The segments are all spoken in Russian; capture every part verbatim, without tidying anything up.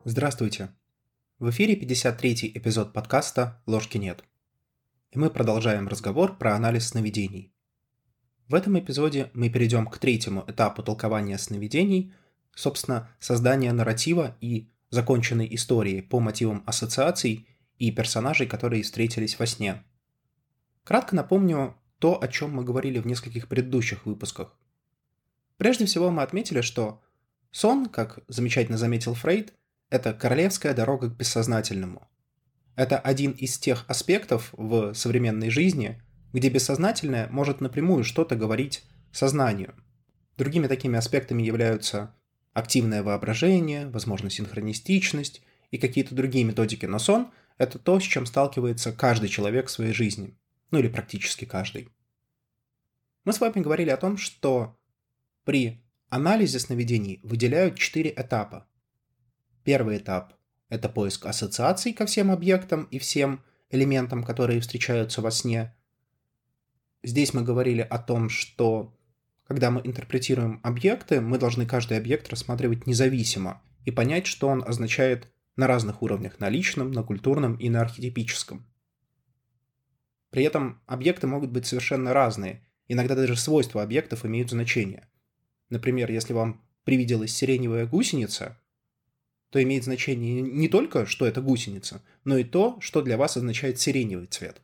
Здравствуйте! В эфире пятьдесят третий эпизод подкаста «Ложки нет». И мы продолжаем разговор про анализ сновидений. В этом эпизоде мы перейдем к третьему этапу толкования сновидений, собственно, создания нарратива и законченной истории по мотивам ассоциаций и персонажей, которые встретились во сне. Кратко напомню то, о чем мы говорили в нескольких предыдущих выпусках. Прежде всего мы отметили, что сон, как замечательно заметил Фрейд, это королевская дорога к бессознательному. Это один из тех аспектов в современной жизни, где бессознательное может напрямую что-то говорить сознанию. Другими такими аспектами являются активное воображение, возможно, синхронистичность и какие-то другие методики. Но сон – это то, с чем сталкивается каждый человек в своей жизни. Ну или практически каждый. Мы с вами говорили о том, что при анализе сновидений выделяют четыре этапа. Первый этап – это поиск ассоциаций ко всем объектам и всем элементам, которые встречаются во сне. Здесь мы говорили о том, что когда мы интерпретируем объекты, мы должны каждый объект рассматривать независимо и понять, что он означает на разных уровнях – на личном, на культурном и на архетипическом. При этом объекты могут быть совершенно разные, иногда даже свойства объектов имеют значение. Например, если вам привиделась сиреневая гусеница, то имеет значение не только, что это гусеница, но и то, что для вас означает сиреневый цвет.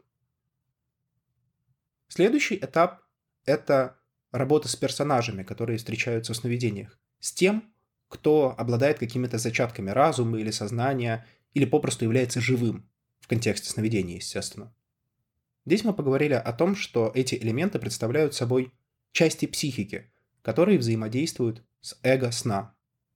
Следующий этап – это работа с персонажами, которые встречаются в сновидениях, с тем, кто обладает какими-то зачатками разума или сознания, или попросту является живым, в контексте сновидения, естественно. Здесь мы поговорили о том, что эти элементы представляют собой части психики, которые взаимодействуют с эго сна.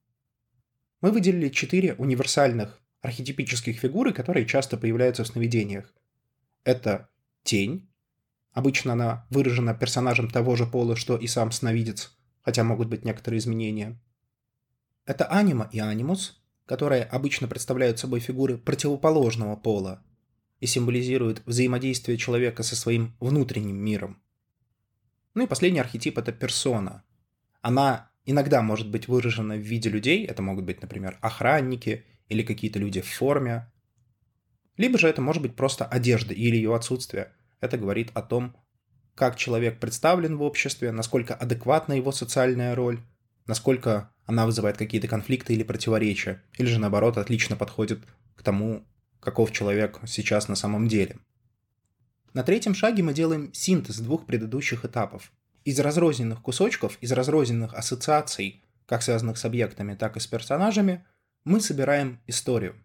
Мы выделили четыре универсальных архетипических фигуры, которые часто появляются в сновидениях. Это тень. Обычно она выражена персонажем того же пола, что и сам сновидец, хотя могут быть некоторые изменения. Это анима и анимус, которые обычно представляют собой фигуры противоположного пола и символизируют взаимодействие человека со своим внутренним миром. Ну и последний архетип – это персона. Она иногда может быть выражена в виде людей, это могут быть, например, охранники или какие-то люди в форме. Либо же это может быть просто одежда или ее отсутствие. Это говорит о том, как человек представлен в обществе, насколько адекватна его социальная роль, насколько она вызывает какие-то конфликты или противоречия, или же наоборот отлично подходит к тому, каков человек сейчас на самом деле. На третьем шаге мы делаем синтез двух предыдущих этапов. Из разрозненных кусочков, из разрозненных ассоциаций, как связанных с объектами, так и с персонажами, мы собираем историю.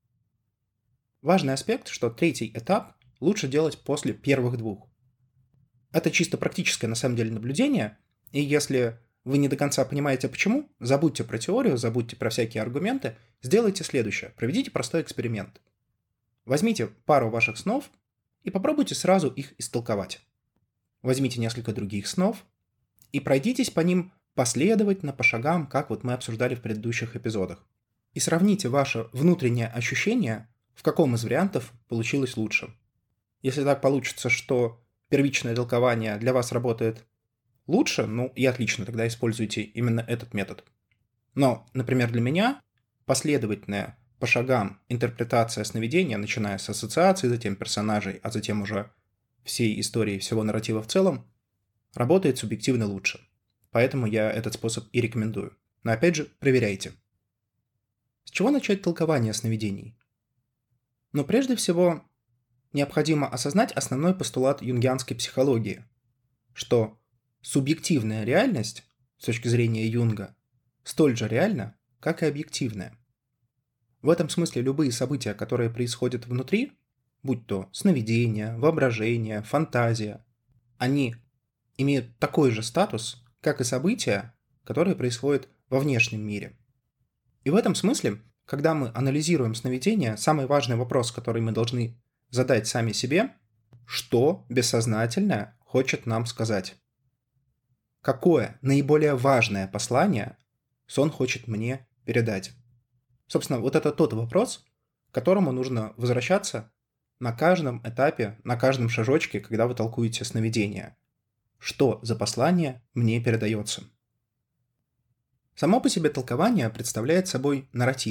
Важный аспект, что третий этап лучше делать после первых двух. Это чисто практическое на самом деле наблюдение, и если вы не до конца понимаете почему, забудьте про теорию, забудьте про всякие аргументы, сделайте следующее. Проведите простой эксперимент. Возьмите пару ваших снов и попробуйте сразу их истолковать. Возьмите несколько других снов и пройдитесь по ним последовательно, по шагам, как вот мы обсуждали в предыдущих эпизодах. И сравните ваше внутреннее ощущение, в каком из вариантов получилось лучше. Если так получится, что первичное толкование для вас работает лучше, ну и отлично, тогда используйте именно этот метод. Но, например, для меня последовательная по шагам интерпретация сновидения, начиная с ассоциаций, затем персонажей, а затем уже всей истории, всего нарратива в целом, работает субъективно лучше. Поэтому я этот способ и рекомендую. Но опять же, проверяйте. С чего начать толкование сновидений? Но прежде всего, необходимо осознать основной постулат юнгианской психологии, что субъективная реальность, с точки зрения Юнга, столь же реальна, как и объективная. В этом смысле любые события, которые происходят внутри, будь то сновидение, воображение, фантазия, они имеют такой же статус, как и события, которые происходят во внешнем мире. И в этом смысле, когда мы анализируем сновидения, самый важный вопрос, который мы должны задать сами себе, что бессознательное хочет нам сказать? Какое наиболее важное послание сон хочет мне передать? Собственно, вот это тот вопрос, к которому нужно возвращаться на каждом этапе, на каждом шажочке, когда вы толкуете сновидение. Что за послание мне передается? Само по себе толкование представляет собой нарратив.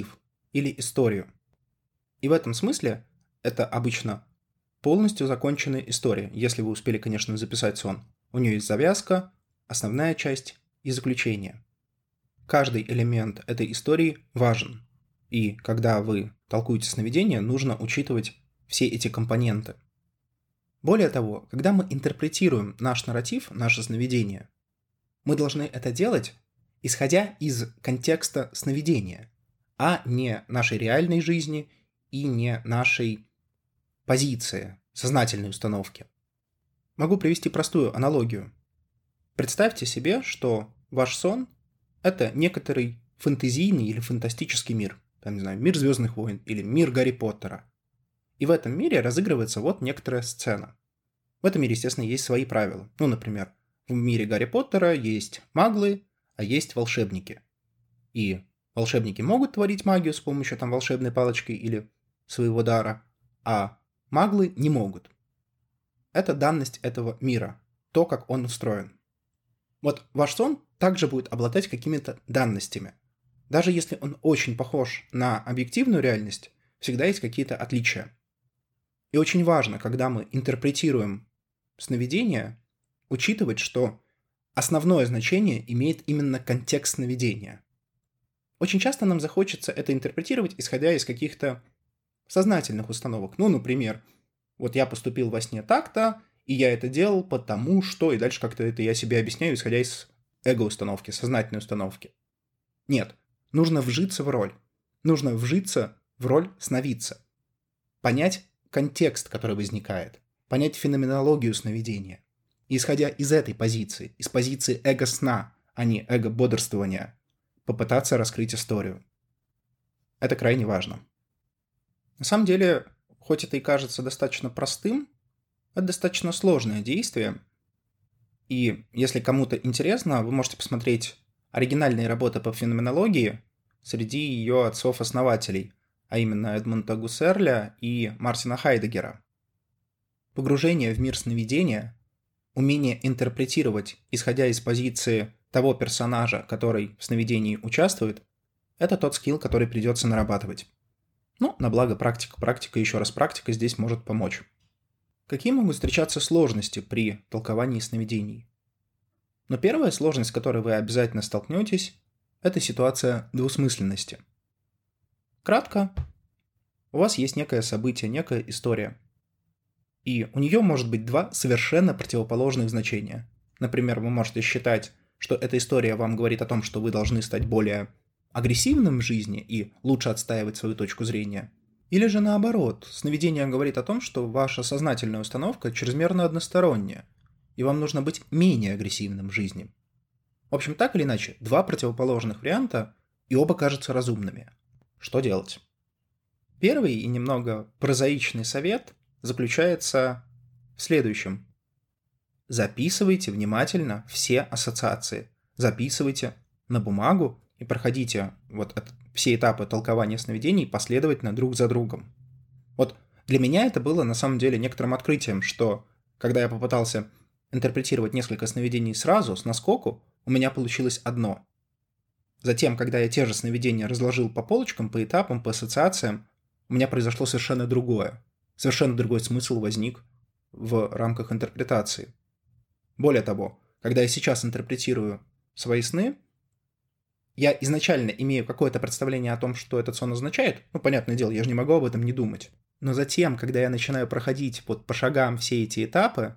или историю. И в этом смысле это обычно полностью законченная история, если вы успели, конечно, записать сон. У нее есть завязка, основная часть и заключение. Каждый элемент этой истории важен. И когда вы толкуете сновидение, нужно учитывать все эти компоненты. Более того, когда мы интерпретируем наш нарратив, наше сновидение, мы должны это делать, исходя из контекста сновидения, а не нашей реальной жизни и не нашей позиции, сознательной установки. Могу привести простую аналогию. Представьте себе, что ваш сон – это некоторый фэнтезийный или фантастический мир. Там, не знаю, мир Звездных войн или мир Гарри Поттера. И в этом мире разыгрывается вот некоторая сцена. В этом мире, естественно, есть свои правила. Ну, например, в мире Гарри Поттера есть маглы, а есть волшебники. И волшебники могут творить магию с помощью там волшебной палочки или своего дара, а маглы не могут. Это данность этого мира, то, как он устроен. Вот ваш сон также будет обладать какими-то данностями. Даже если он очень похож на объективную реальность, всегда есть какие-то отличия. И очень важно, когда мы интерпретируем сновидение, учитывать, что основное значение имеет именно контекст сновидения. Очень часто нам захочется это интерпретировать, исходя из каких-то сознательных установок. Ну, например, вот я поступил во сне так-то, и я это делал потому что, и дальше как-то это я себе объясняю, исходя из эго-установки, сознательной установки. Нет, нужно вжиться в роль. Нужно вжиться в роль сновидца. Понять контекст, который возникает. Понять феноменологию сновидения. И исходя из этой позиции, из позиции эго-сна, а не эго-бодрствования, попытаться раскрыть историю. Это крайне важно. На самом деле, хоть это и кажется достаточно простым, это достаточно сложное действие. И если кому-то интересно, вы можете посмотреть оригинальные работы по феноменологии среди ее отцов-основателей, а именно Эдмунда Гуссерля и Мартина Хайдеггера. Погружение в мир сновидения, умение интерпретировать, исходя из позиции того персонажа, который в сновидении участвует, это тот скилл, который придется нарабатывать. Ну, на благо практика, практика, еще раз практика здесь может помочь. Какие могут встречаться сложности при толковании сновидений? Но первая сложность, с которой вы обязательно столкнетесь, это ситуация двусмысленности. Кратко, у вас есть некое событие, некая история. И у нее может быть два совершенно противоположных значения. Например, вы можете считать, что эта история вам говорит о том, что вы должны стать более агрессивным в жизни и лучше отстаивать свою точку зрения. Или же наоборот, сновидение говорит о том, что ваша сознательная установка чрезмерно односторонняя, и вам нужно быть менее агрессивным в жизни. В общем, так или иначе, два противоположных варианта, и оба кажутся разумными. Что делать? Первый и немного прозаичный совет заключается в следующем. Записывайте внимательно все ассоциации. Записывайте на бумагу и проходите вот это, все этапы толкования сновидений последовательно друг за другом. Вот для меня это было на самом деле некоторым открытием, что когда я попытался интерпретировать несколько сновидений сразу, с наскоку, у меня получилось одно. Затем, когда я те же сновидения разложил по полочкам, по этапам, по ассоциациям, у меня произошло совершенно другое. Совершенно другой смысл возник в рамках интерпретации. Более того, когда я сейчас интерпретирую свои сны, я изначально имею какое-то представление о том, что этот сон означает. Ну, понятное дело, я же не могу об этом не думать. Но затем, когда я начинаю проходить вот по шагам все эти этапы,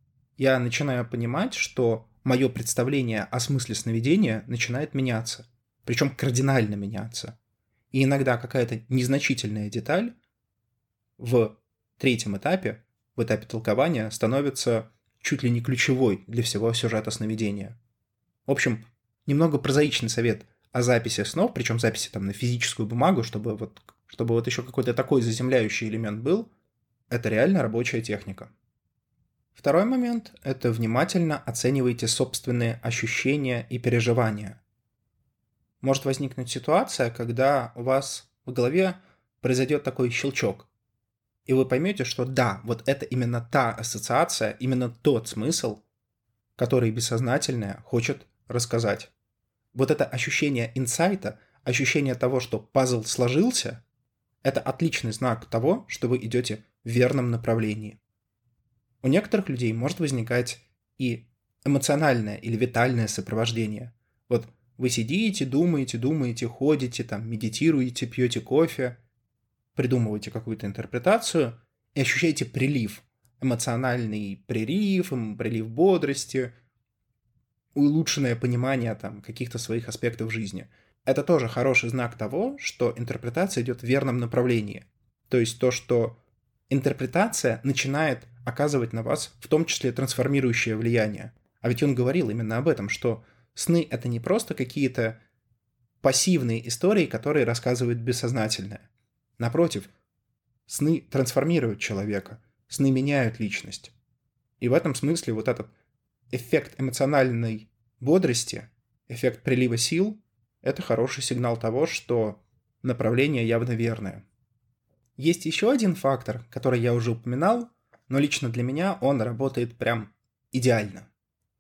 я начинаю понимать, что мое представление о смысле сновидения начинает меняться. Причем кардинально меняться. И иногда какая-то незначительная деталь в третьем этапе, в этапе толкования, становится чуть ли не ключевой для всего сюжета сновидения. В общем, немного прозаичный совет о записи снов, причем записи там на физическую бумагу, чтобы вот, чтобы вот еще какой-то такой заземляющий элемент был, это реально рабочая техника. Второй момент – это внимательно оценивайте собственные ощущения и переживания. Может возникнуть ситуация, когда у вас в голове произойдет такой щелчок, и вы поймете, что да, вот это именно та ассоциация, именно тот смысл, который бессознательное хочет рассказать. Вот это ощущение инсайта, ощущение того, что пазл сложился, это отличный знак того, что вы идете в верном направлении. У некоторых людей может возникать и эмоциональное или витальное сопровождение. Вот вы сидите, думаете, думаете, ходите, там, медитируете, пьете кофе, придумываете какую-то интерпретацию и ощущаете прилив, эмоциональный прилив, прилив бодрости, улучшенное понимание там, каких-то своих аспектов жизни. Это тоже хороший знак того, что интерпретация идет в верном направлении. То есть то, что интерпретация начинает оказывать на вас в том числе трансформирующее влияние. А ведь он говорил именно об этом, что сны — это не просто какие-то пассивные истории, которые рассказывают бессознательное. Напротив, сны трансформируют человека, сны меняют личность. И в этом смысле вот этот эффект эмоциональной бодрости, эффект прилива сил — это хороший сигнал того, что направление явно верное. Есть еще один фактор, который я уже упоминал, но лично для меня он работает прям идеально.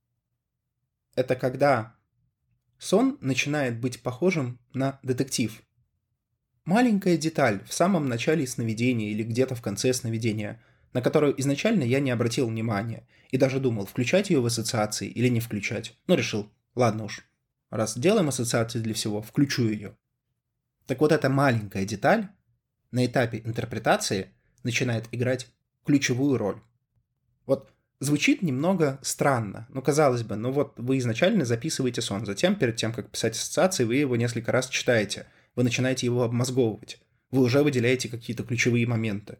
Это когда сон начинает быть похожим на детектив. Маленькая деталь в самом начале сновидения или где-то в конце сновидения, на которую изначально я не обратил внимания и даже думал, включать ее в ассоциации или не включать. Но решил, ладно уж, раз делаем ассоциации для всего, включу ее. Так вот эта маленькая деталь на этапе интерпретации начинает играть ключевую роль. Вот звучит немного странно, ну казалось бы, ну вот вы изначально записываете сон, затем перед тем, как писать ассоциации, вы его несколько раз читаете, вы начинаете его обмозговывать, вы уже выделяете какие-то ключевые моменты.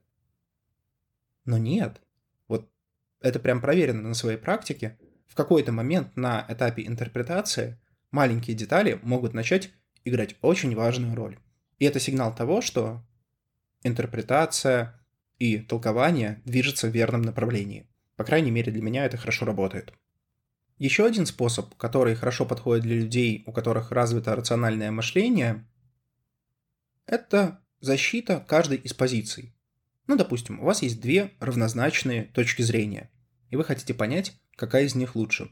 Но нет, вот это прям проверено на своей практике, в какой-то момент на этапе интерпретации маленькие детали могут начать играть очень важную роль. И это сигнал того, что интерпретация и толкование движутся в верном направлении. По крайней мере, для меня это хорошо работает. Еще один способ, который хорошо подходит для людей, у которых развито рациональное мышление, это защита каждой из позиций. Ну, допустим, у вас есть две равнозначные точки зрения, и вы хотите понять, какая из них лучше.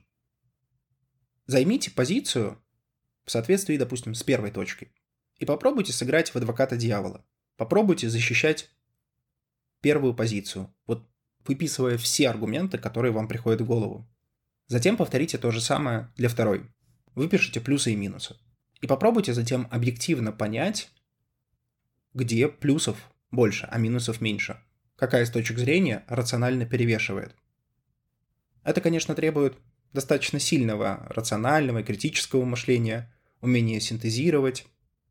Займите позицию в соответствии, допустим, с первой точкой, и попробуйте сыграть в адвоката дьявола. Попробуйте защищать первую позицию, вот выписывая все аргументы, которые вам приходят в голову. Затем повторите то же самое для второй. Выпишите плюсы и минусы. И попробуйте затем объективно понять, где плюсов больше, а минусов меньше. Какая из точек зрения рационально перевешивает. Это, конечно, требует достаточно сильного рационального и критического мышления, умения синтезировать.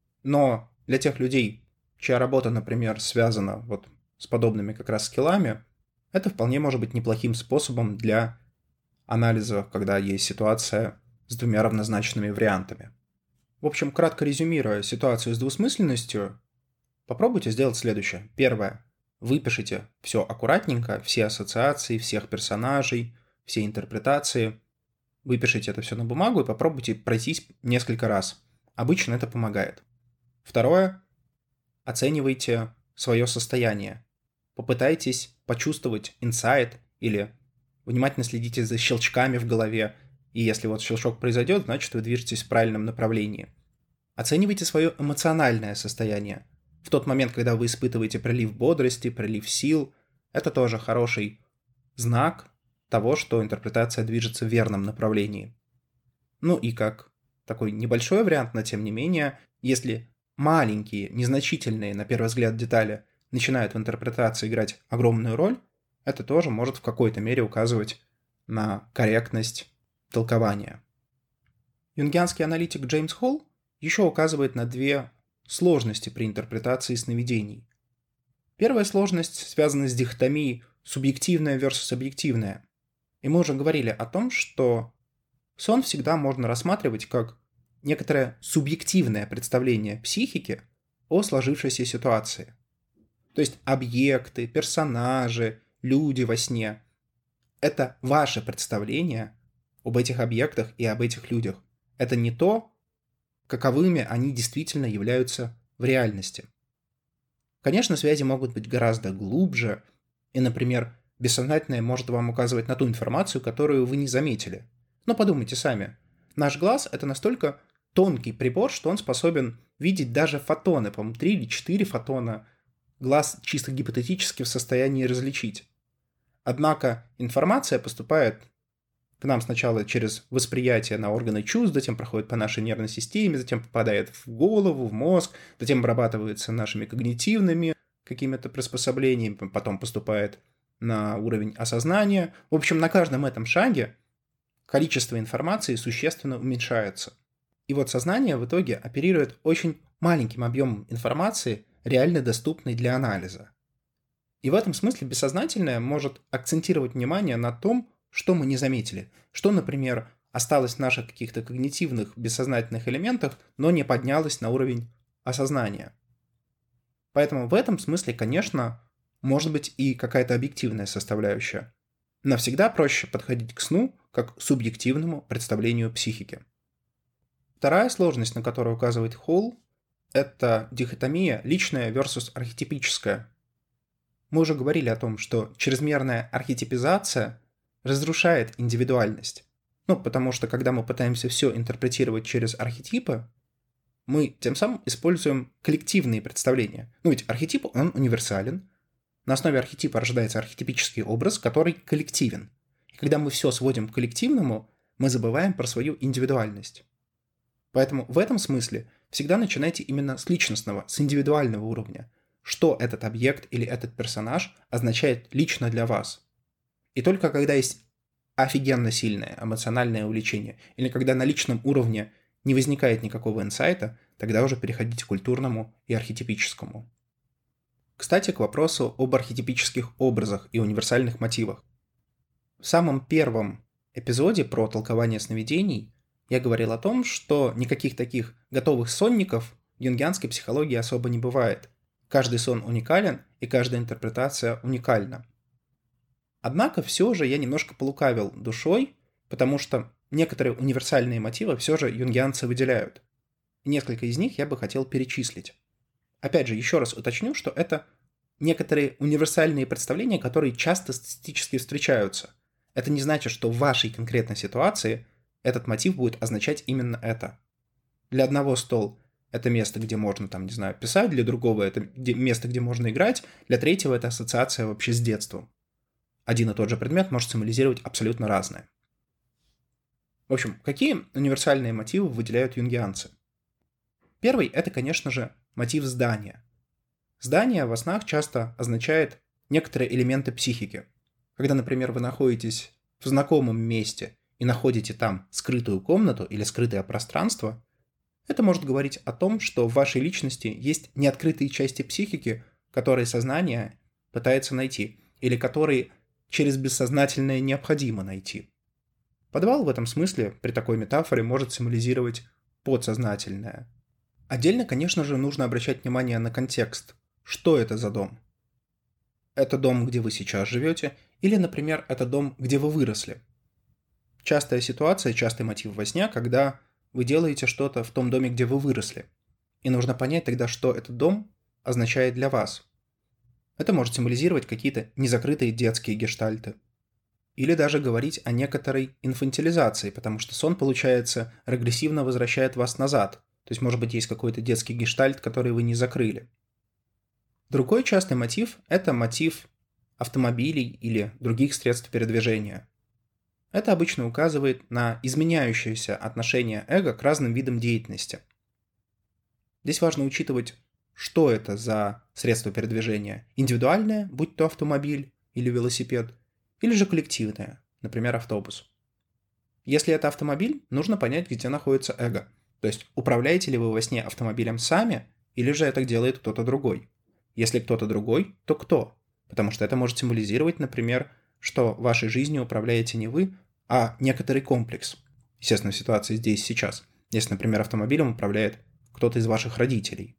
Но для тех людей, чья работа, например, связана вот с подобными как раз скиллами, это вполне может быть неплохим способом для анализа, когда есть ситуация с двумя равнозначными вариантами. В общем, кратко резюмируя ситуацию с двусмысленностью, попробуйте сделать следующее. Первое. Выпишите все аккуратненько, все ассоциации, всех персонажей, все интерпретации. Выпишите это все на бумагу и попробуйте пройтись несколько раз. Обычно это помогает. Второе. Оценивайте свое состояние. Попытайтесь почувствовать инсайт или внимательно следите за щелчками в голове, и если вот щелчок произойдет, значит вы движетесь в правильном направлении. Оценивайте свое эмоциональное состояние. В тот момент, когда вы испытываете прилив бодрости, прилив сил, это тоже хороший знак того, что интерпретация движется в верном направлении. Ну и как такой небольшой вариант, но тем не менее, если маленькие, незначительные на первый взгляд детали начинают в интерпретации играть огромную роль, это тоже может в какой-то мере указывать на корректность толкования. Юнгианский аналитик Джеймс Холл еще указывает на две сложности при интерпретации сновидений. Первая сложность связана с дихотомией субъективное versus объективное. И мы уже говорили о том, что сон всегда можно рассматривать как некоторое субъективное представление психики о сложившейся ситуации. То есть объекты, персонажи, люди во сне – это ваше представление об этих объектах и об этих людях. Это не то, каковыми они действительно являются в реальности. Конечно, связи могут быть гораздо глубже, и, например, бессознательное может вам указывать на ту информацию, которую вы не заметили. Но подумайте сами. Наш глаз – это настолько тонкий прибор, что он способен видеть даже фотоны, по-моему, три или четыре фотона глаз чисто гипотетически в состоянии различить. Однако информация поступает к нам сначала через восприятие на органы чувств, затем проходит по нашей нервной системе, затем попадает в голову, в мозг, затем обрабатывается нашими когнитивными какими-то приспособлениями, потом поступает на уровень осознания. В общем, на каждом этом шаге количество информации существенно уменьшается. И вот сознание в итоге оперирует очень маленьким объемом информации, реально доступной для анализа. И в этом смысле бессознательное может акцентировать внимание на том, что мы не заметили, что, например, осталось в наших каких-то когнитивных бессознательных элементах, но не поднялось на уровень осознания. Поэтому в этом смысле, конечно, может быть и какая-то объективная составляющая. Навсегда проще подходить к сну как к субъективному представлению психики. Вторая сложность, на которую указывает Холл, это дихотомия личное versus архетипическое. Мы уже говорили о том, что чрезмерная архетипизация разрушает индивидуальность. Ну, потому что когда мы пытаемся все интерпретировать через архетипы, мы тем самым используем коллективные представления. Ну, ведь архетип, он универсален. На основе архетипа рождается архетипический образ, который коллективен. И когда мы все сводим к коллективному, мы забываем про свою индивидуальность. Поэтому в этом смысле всегда начинайте именно с личностного, с индивидуального уровня. Что этот объект или этот персонаж означает лично для вас. И только когда есть офигенно сильное эмоциональное увлечение, или когда на личном уровне не возникает никакого инсайта, тогда уже переходите к культурному и архетипическому. Кстати, к вопросу об архетипических образах и универсальных мотивах. В самом первом эпизоде про толкование сновидений я говорил о том, что никаких таких готовых сонников в юнгианской психологии особо не бывает. Каждый сон уникален, и каждая интерпретация уникальна. Однако все же я немножко полукавил душой, потому что некоторые универсальные мотивы все же юнгианцы выделяют. И несколько из них я бы хотел перечислить. Опять же, еще раз уточню, что это некоторые универсальные представления, которые часто статистически встречаются. Это не значит, что в вашей конкретной ситуации этот мотив будет означать именно это. Для одного стол – это место, где можно, там, не знаю, писать, для другого – это место, где можно играть, для третьего – это ассоциация вообще с детством. Один и тот же предмет может символизировать абсолютно разное. В общем, какие универсальные мотивы выделяют юнгианцы? Первый – это, конечно же, мотив здания. Здание во снах часто означает некоторые элементы психики. Когда, например, вы находитесь в знакомом месте и находите там скрытую комнату или скрытое пространство, это может говорить о том, что в вашей личности есть неоткрытые части психики, которые сознание пытается найти, или которые через бессознательное необходимо найти. Подвал в этом смысле, при такой метафоре, может символизировать подсознательное. Отдельно, конечно же, нужно обращать внимание на контекст. Что это за дом? Это дом, где вы сейчас живете, или, например, это дом, где вы выросли. Частая ситуация, частый мотив во сне, когда вы делаете что-то в том доме, где вы выросли. И нужно понять тогда, что этот дом означает для вас. Это может символизировать какие-то незакрытые детские гештальты. Или даже говорить о некоторой инфантилизации, потому что сон, получается, регрессивно возвращает вас назад. То есть, может быть, есть какой-то детский гештальт, который вы не закрыли. Другой частый мотив – это мотив автомобилей или других средств передвижения. Это обычно указывает на изменяющееся отношение эго к разным видам деятельности. Здесь важно учитывать, что это за средство передвижения. Индивидуальное, будь то автомобиль или велосипед, или же коллективное, например, автобус. Если это автомобиль, нужно понять, где находится эго. То есть, управляете ли вы во сне автомобилем сами, или же это делает кто-то другой. Если кто-то другой, то кто? Потому что это может символизировать, например, что вашей жизнью управляете не вы, а некоторый комплекс. Естественно, в ситуации здесь сейчас. Если, например, автомобилем управляет кто-то из ваших родителей.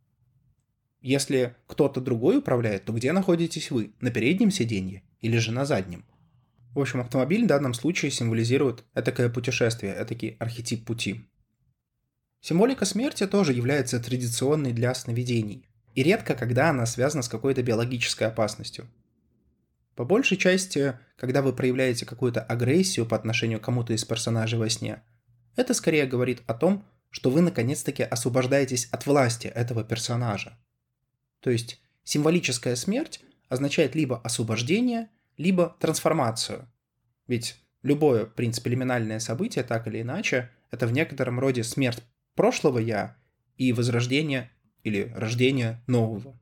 Если кто-то другой управляет, то где находитесь вы? На переднем сиденье или же на заднем? В общем, автомобиль в данном случае символизирует этакое путешествие, этакий архетип пути. Символика смерти тоже является традиционной для сновидений. И редко, когда она связана с какой-то биологической опасностью. По большей части, когда вы проявляете какую-то агрессию по отношению к кому-то из персонажей во сне, это скорее говорит о том, что вы наконец-таки освобождаетесь от власти этого персонажа. То есть символическая смерть означает либо освобождение, либо трансформацию. Ведь любое, в принципе, лиминальное событие, так или иначе, это в некотором роде смерть прошлого «я» и возрождение или рождение нового.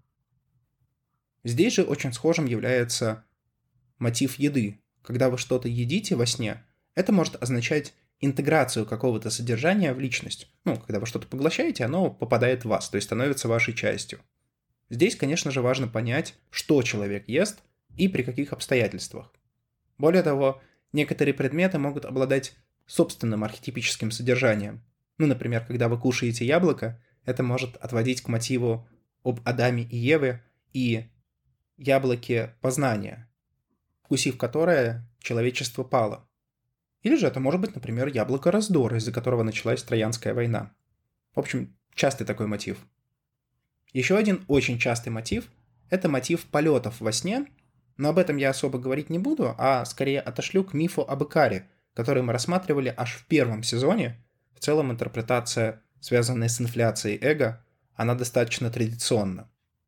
Здесь же очень схожим является мотив еды. Когда вы что-то едите во сне, это может означать интеграцию какого-то содержания в личность. Ну, когда вы что-то поглощаете, оно попадает в вас, то есть становится вашей частью. Здесь, конечно же, важно понять, что человек ест и при каких обстоятельствах. Более того, некоторые предметы могут обладать собственным архетипическим содержанием. Ну, например, когда вы кушаете яблоко, это может отводить к мотиву об Адаме и Еве и яблоке познания, вкусив которое человечество пало. Или же это может быть, например, яблоко раздора, из-за которого началась Троянская война. В общем, частый такой мотив. Еще один очень частый мотив – это мотив полетов во сне, но об этом я особо говорить не буду, а скорее отошлю к мифу об Икаре, который мы рассматривали аж в первом сезоне. В целом интерпретация, связанная с инфляцией эго, она достаточно традиционна.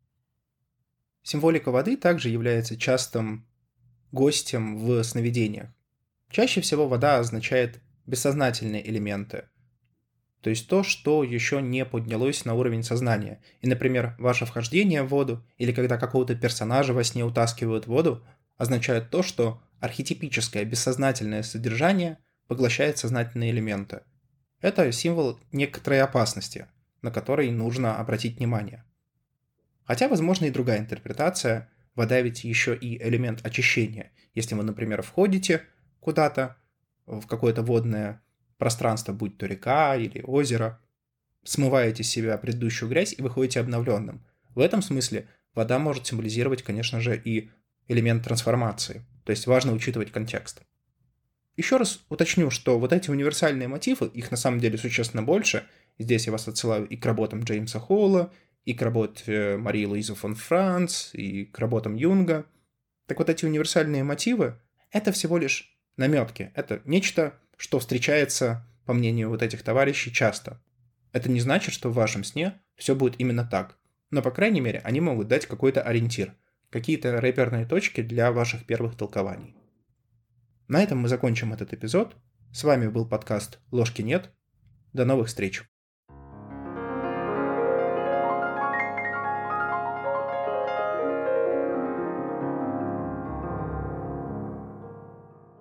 Символика воды также является частым гостем в сновидениях. Чаще всего вода означает бессознательные элементы, то есть то, что еще не поднялось на уровень сознания. И, например, ваше вхождение в воду или когда какого-то персонажа во сне утаскивают в воду, означает то, что архетипическое бессознательное содержание поглощает сознательные элементы. Это символ некоторой опасности, на который нужно обратить внимание. Хотя, возможно, и другая интерпретация. Вода ведь еще и элемент очищения. Если вы, например, входите куда-то, в какое-то водное пространство, будь то река или озеро, смываете с себя предыдущую грязь и выходите обновленным. В этом смысле вода может символизировать, конечно же, и элемент трансформации. То есть важно учитывать контекст. Еще раз уточню, что вот эти универсальные мотивы, их на самом деле существенно больше. Здесь я вас отсылаю и к работам Джеймса Холла, и к работе Марии Луизы фон Франц, и к работам Юнга. Так вот, эти универсальные мотивы – это всего лишь намётки. Это нечто, что встречается, по мнению вот этих товарищей, часто. Это не значит, что в вашем сне все будет именно так. Но, по крайней мере, они могут дать какой-то ориентир, какие-то реперные точки для ваших первых толкований. На этом мы закончим этот эпизод. С вами был подкаст «Ложки нет». До новых встреч!